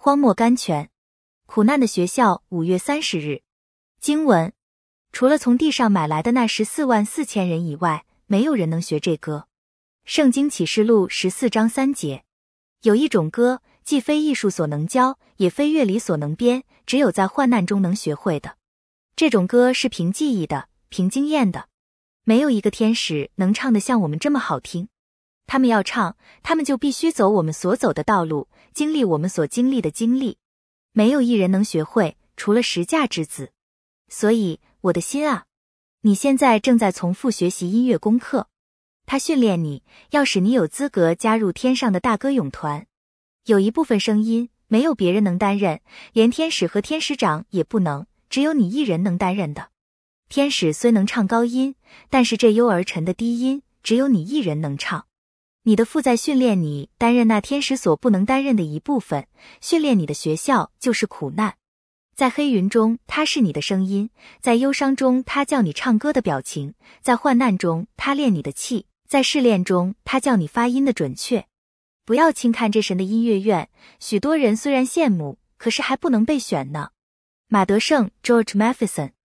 荒漠甘泉。苦难的学校5月30日。经文：除了从地上买来的那144000人以外，没有人能学这歌。圣经启示录14章3节。有一种歌，既非艺术所能教，也非乐理所能编，只有在患难中能学会的。这种歌是凭记忆的，凭经验的。没有一个天使能唱得像我们这么好听。他们要唱，他们就必须走我们所走的道路，经历我们所经历的经历。没有一人能学会，除了十架之子。所以，我的心啊，你现在正在从复学习音乐功课。他训练你，要使你有资格加入天上的大歌咏团。有一部分声音，没有别人能担任，连天使和天使长也不能，只有你一人能担任的。天使虽能唱高音，但是这幽而沉的低音，只有你一人能唱。你的父在训练你担任那天使所不能担任的一部分，训练你的学校就是苦难。在黑云中，他是你的声音；在忧伤中，他叫你唱歌的表情；在患难中，他练你的气；在试炼中，他叫你发音的准确。不要轻看这神的音乐院，许多人虽然羡慕，可是还不能被选呢。马德胜 George Matheson